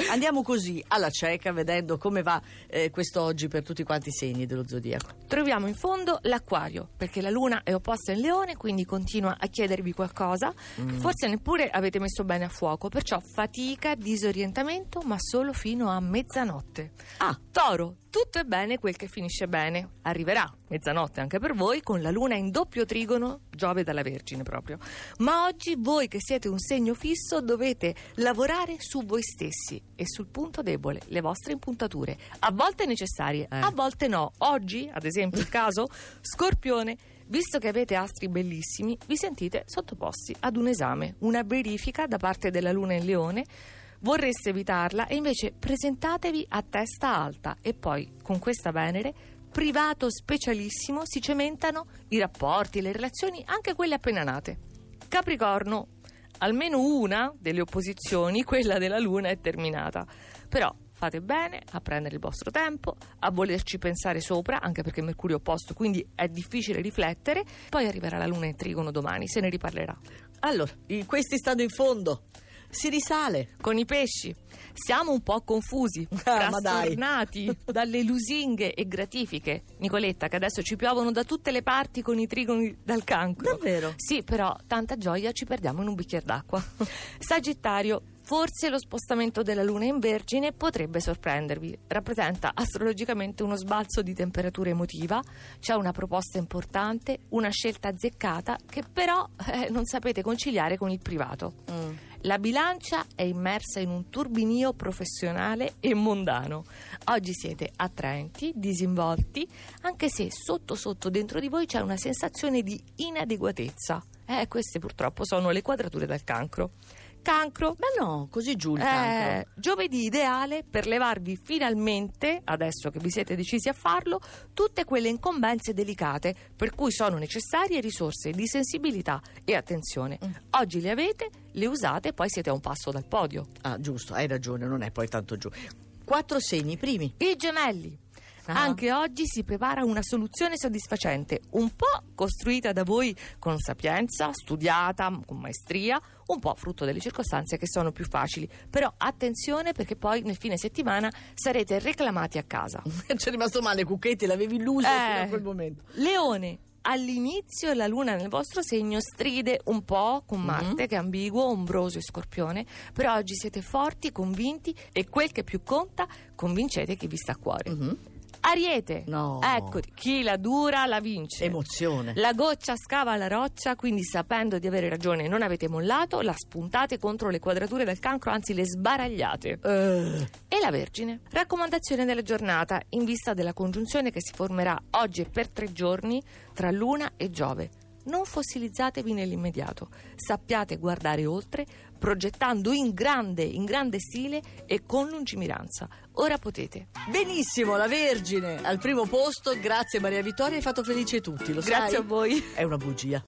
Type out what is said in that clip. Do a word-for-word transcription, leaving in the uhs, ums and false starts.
Andiamo così alla cieca, vedendo come va eh, quest'oggi per tutti quanti i segni dello zodiaco. Troviamo in fondo l'Acquario, perché la Luna è opposta in Leone, quindi continua a chiedervi qualcosa Mm. che forse neppure avete messo bene a fuoco, perciò fatica, disorientamento, ma solo fino a mezzanotte. Ah, Toro, tutto è bene quel che finisce bene. Arriverà mezzanotte anche per voi, con la Luna in doppio trigono, Giove dalla Vergine proprio. Ma oggi voi che siete un segno fisso dovete lavorare su voi stessi e sul punto debole, le vostre impuntature, a volte necessarie, Eh. a volte no. Oggi, ad esempio, il caso Scorpione, visto che avete astri bellissimi, vi sentite sottoposti ad un esame, una verifica da parte della Luna in Leone. Vorreste evitarla e invece presentatevi a testa alta e poi con questa Venere privato specialissimo si cementano i rapporti, le relazioni, anche quelle appena nate. Capricorno, almeno una delle opposizioni, quella della Luna, è terminata, però fate bene a prendere il vostro tempo, a volerci pensare sopra, anche perché Mercurio è opposto, quindi è difficile riflettere. Poi arriverà la Luna in trigono domani, se ne riparlerà. allora, i- questi stanno in fondo. Si risale. Con i pesci siamo un po' confusi, Ah, ma dai. trastornati dalle lusinghe e gratifiche, Nicoletta, che adesso ci piovono da tutte le parti con i trigoni dal Cancro. Davvero? Sì, però tanta gioia ci perdiamo in un bicchiere d'acqua. Sagittario, forse lo spostamento della Luna in Vergine potrebbe sorprendervi. Rappresenta astrologicamente uno sbalzo di temperatura emotiva, c'è una proposta importante, una scelta azzeccata che però eh, non sapete conciliare con il privato. Mm. La bilancia è immersa in un turbinio professionale e mondano. Oggi siete attraenti, disinvolti, anche se sotto sotto dentro di voi c'è una sensazione di inadeguatezza. Eh, queste purtroppo sono le quadrature del Cancro. Cancro, Ma no, così giù il eh, cancro. giovedì ideale per levarvi finalmente, adesso che vi siete decisi a farlo, tutte quelle incombenze delicate per cui sono necessarie risorse di sensibilità e attenzione. Mm. Oggi le avete, le usate e poi siete a un passo dal podio. Ah, giusto, hai ragione, non è poi tanto giù. Quattro segni, i primi. I Gemelli. Ah. Anche oggi si prepara una soluzione soddisfacente, un po' costruita da voi con sapienza, studiata, con maestria, un po' frutto delle circostanze che sono più facili. Però attenzione, perché poi nel fine settimana sarete reclamati a casa. Ci è rimasto male, Cucchetti, l'avevi illuso Eh. fino a quel momento. Leone. All'inizio la Luna nel vostro segno stride un po' con Marte, Mm-hmm. che è ambiguo, ombroso e Scorpione, però oggi siete forti, convinti e quel che più conta, convincete chi vi sta a cuore. Mhm. Ariete, No. ecco, chi la dura la vince. Emozione. La goccia scava la roccia, quindi sapendo di avere ragione non avete mollato, la spuntate contro le quadrature del Cancro, anzi le sbaragliate. Eh. E la Vergine. Raccomandazione della giornata in vista della congiunzione che si formerà oggi e per tre giorni tra Luna e Giove. Non fossilizzatevi nell'immediato, sappiate guardare oltre, progettando in grande, in grande stile e con lungimiranza. Ora potete. Benissimo, la Vergine al primo posto. Grazie Maria Vittoria, hai fatto felice tutti, lo sai? Grazie a voi. È una bugia.